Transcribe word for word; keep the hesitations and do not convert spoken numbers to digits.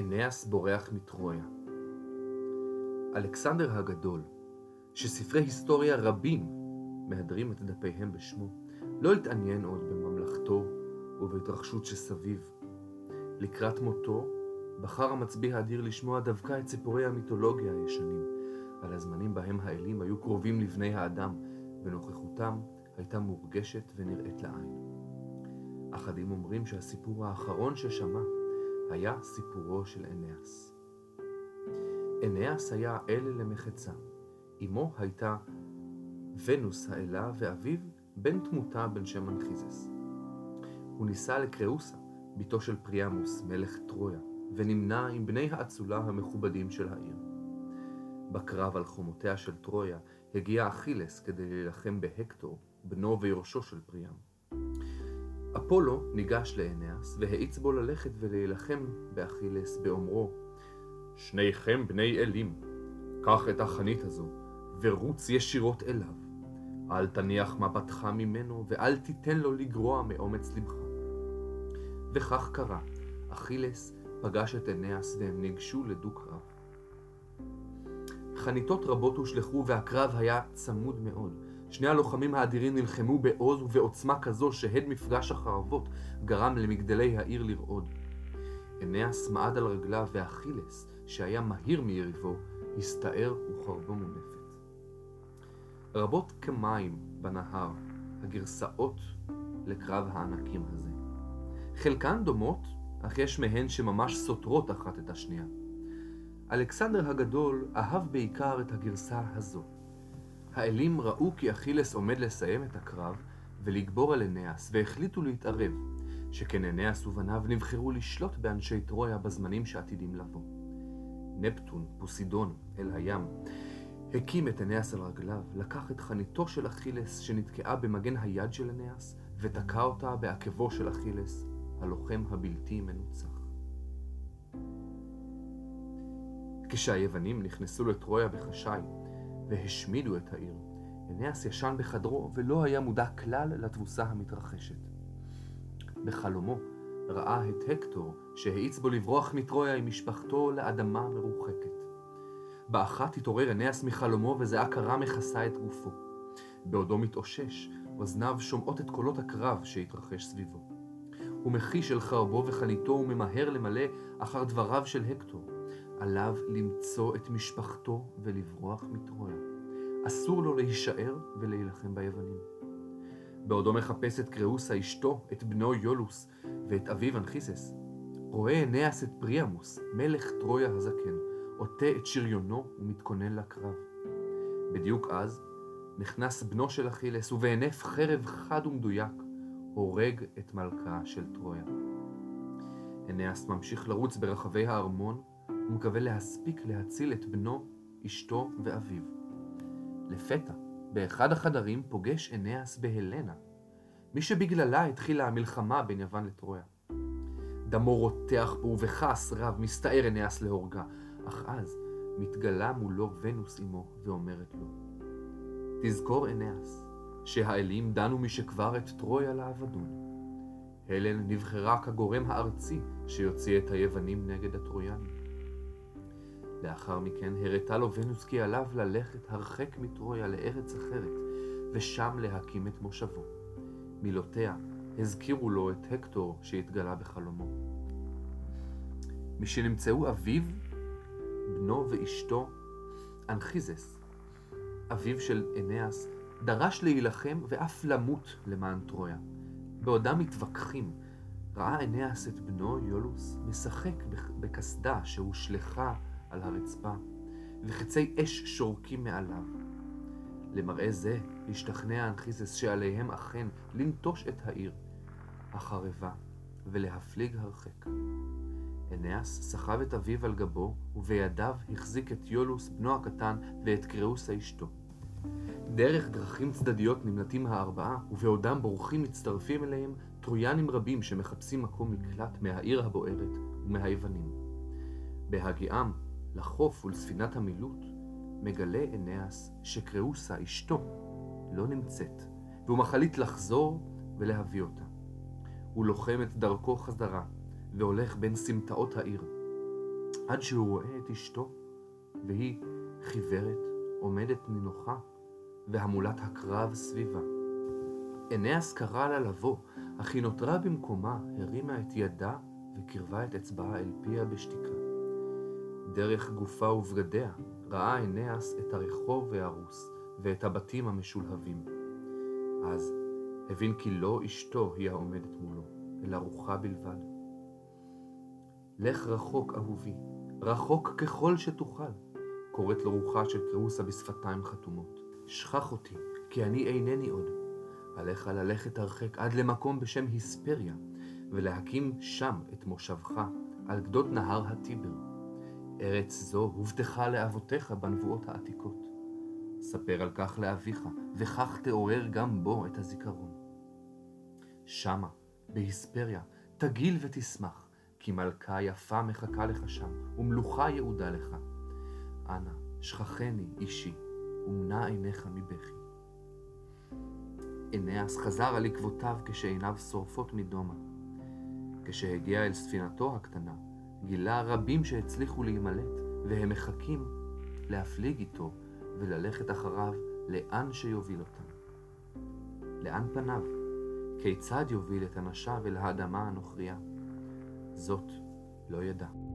אנאס בורח מטרויה. אלכסנדר הגדול, שספרי היסטוריה רבים מהדרים את דפיהם בשמו, לא התעניין עוד בממלכתו ובהתרחשות שסביב. לקראת מותו בחר המצביא האדיר לשמוע דווקא את סיפורי המיתולוגיה הישנים, על הזמנים בהם האלים היו קרובים לבני האדם, ונוכחותם הייתה מורגשת ונראית לעין. אחדים אומרים שהסיפור האחרון ששמע היה סיפורו של אנאס. אנאס היה אל למחצה. אמו הייתה ונוס האלה, ואביו בן תמותה בן שם אנכיזס. הוא נישא לקראוסה, בתו של פריאמוס, מלך טרויה, ונמנה עם בני האצולה המכובדים של העיר. בקרב על חומותיה של טרויה הגיע אכילס כדי להילחם בהקטור, בנו ויורשו של פריאם. אפולו ניגש לאנאס והאיץ בו ללכת ולהילחם באכילס באומרו, שניכם בני אלים, קח את החנית הזו ורוץ ישירות אליו. אל תניח מבטך ממנו ואל תיתן לו לגרוע מאומץ לבך. וכך קרה, אכילס פגש את אנאס והם ניגשו לדו-קרב. חניתות רבות הושלחו והקרב היה צמוד מאוד. שני הלוחמים האדירים נלחמו בעוז ובעוצמה כזו שהד מפגש החרבות גרם למגדלי העיר לרעוד. אנאס מעד על רגליו ואכילס, שהיה מהיר מיריבו, הסתער וחרבו מונפת. רבות כמים בנהר הגרסאות לקרב הענקים הזה. חלקן דומות, אך יש מהן שממש סותרות אחת את השנייה. אלכסנדר הגדול אהב בעיקר את הגרסה הזו. האלים ראו כי אכילס עומד לסיים את הקרב ולגבור על אנאס, והחליטו להתערב, שכן אנאס ובניו נבחרו לשלוט באנשי טרויה בזמנים שעתידים לבוא. נפטון, פוסידון, אל הים, הקים את אנאס על רגליו, לקח את חניתו של אכילס שנתקעה במגן היד של אנאס, ותקע אותה בעקבו של אכילס, הלוחם הבלתי מנוצח. כשהיוונים נכנסו לטרויה בחשאי והשמידו את העיר, אנאס ישן בחדרו ולא היה מודע כלל לתבוסה המתרחשת. בחלומו ראה את הקטור שהאיץ בו לברוח מטרויה עם משפחתו לאדמה מרוחקת. באחת התעורר אנאס מחלומו וזיעה קרה מכסה את גופו. בעודו מתאושש, אוזניו שומעות את קולות הקרב שהתרחש סביבו. הוא מחיש אל חרבו וחניתו וממהר למלא אחר דבריו של הקטור. עליו למצוא את משפחתו ולברוח מטרויה. אסור לו להישאר ולהילחם ביוונים. בעודו מחפש את קראוסה אשתו, את בנו יולוס ואת אביו אנכיזס, רואה אנאס את פריאמוס, מלך טרויה הזקן, עוטה את שריונו ומתכונן לקרב. בדיוק אז נכנס בנו של אכילס ובהינף חרב חד ומדויק הורג את מלכה של טרויה. אנאס ממשיך לרוץ ברחבי הארמון ומקווה להספיק להציל את בנו, אשתו ואביו. לפתע, באחד החדרים פוגש אנאס בהלנה, מי שבגללה התחילה המלחמה בין יוון לטרויה. דמו רותח בו ובכעס רב מסתער אנאס להורגה, אך אז מתגלה מולו ונוס אמו ואומרת לו, תזכור אנאס, שהאלים דנו משכבר את טרויה לאבדון. הלן נבחרה כגורם הארצי שיוציא את היוונים נגד הטרויאנים. לאחר מכן הראתה לו ונוס כי עליו ללכת הרחק מטרויה לארץ אחרת, ושם להקים את מושבו. מילותיה הזכירו לו את הקטור שהתגלה בחלומו. משנמצאו אביו, בנו ואשתו, אנכיזס, אביו של אנאס, דרש להילחם ואף למות למען טרויה. בעודם מתווכחים, ראה אנאס את בנו יולוס משחק בקסדה שהושלכה על הרצפה, וחצי אש שורקים מעליו. למראה זה השתכנע אנכיזס שעליהם אכן לנטוש את העיר החרבה ולהפליג הרחק. אנאס סחב את אביו על גבו, ובידיו החזיק את יולוס בנו הקטן ואת קראוסה אשתו. דרך דרכים צדדיות נמלטים הארבעה, ובעודם בורחים מצטרפים אליהם טרויאנים רבים שמחפשים מקום מקלט מהעיר הבוערת ומהיוונים. בהגיעם לחוף ולספינת המילוט, מגלה אנאס שקראוסה אשתו לא נמצאת, והוא מחליט לחזור ולהביא אותה. הוא לוחם את דרכו חזרה, והולך בין סמטאות העיר. עד שהוא רואה את אשתו, והיא חיוורת, עומדת נינוחה, והמולת הקרב סביבה. אנאס קרא לה לבוא, אך היא נותרה במקומה, הרימה את ידה וקרבה את אצבעה אל פיה בשתיקה. דרך גופה ובגדיה ראה אנאס את הרחוב והרוס ואת הבתים המשולהבים. אז הבין כי לא אשתו היא העומדת מולו, אלא רוחה בלבד. לך רחוק אהובי, רחוק ככל שתוכל, קוראת לו רוחה של קרוסה בשפתיים חתומות. שכח אותי, כי אני אינני עוד. עליך ללכת הרחק עד למקום בשם היספריה, ולהקים שם את מושבך על גדות נהר הטיבר. ארץ זו הובטחה לאבותיך בנבואות העתיקות. ספר על כך לאביך, וכך תעורר גם בו את הזיכרון. שמה, בהיספריה, תגיל ותשמח, כי מלכה יפה מחכה לך שם, ומלוכה יעודה לך. אנא, שכחני, אישי, ומנע עיניך מבכי. אנאס חזר על עקבותיו כשעיניו שורפות מדומה. כשהגיע אל ספינתו הקטנה, גילה רבים שהצליחו להימלט, והם מחכים להפליג איתו וללכת אחריו לאן שיוביל אותם. לאן פניו? כיצד יוביל את אנשיו אל האדמה הנוכריה? זאת לא ידע.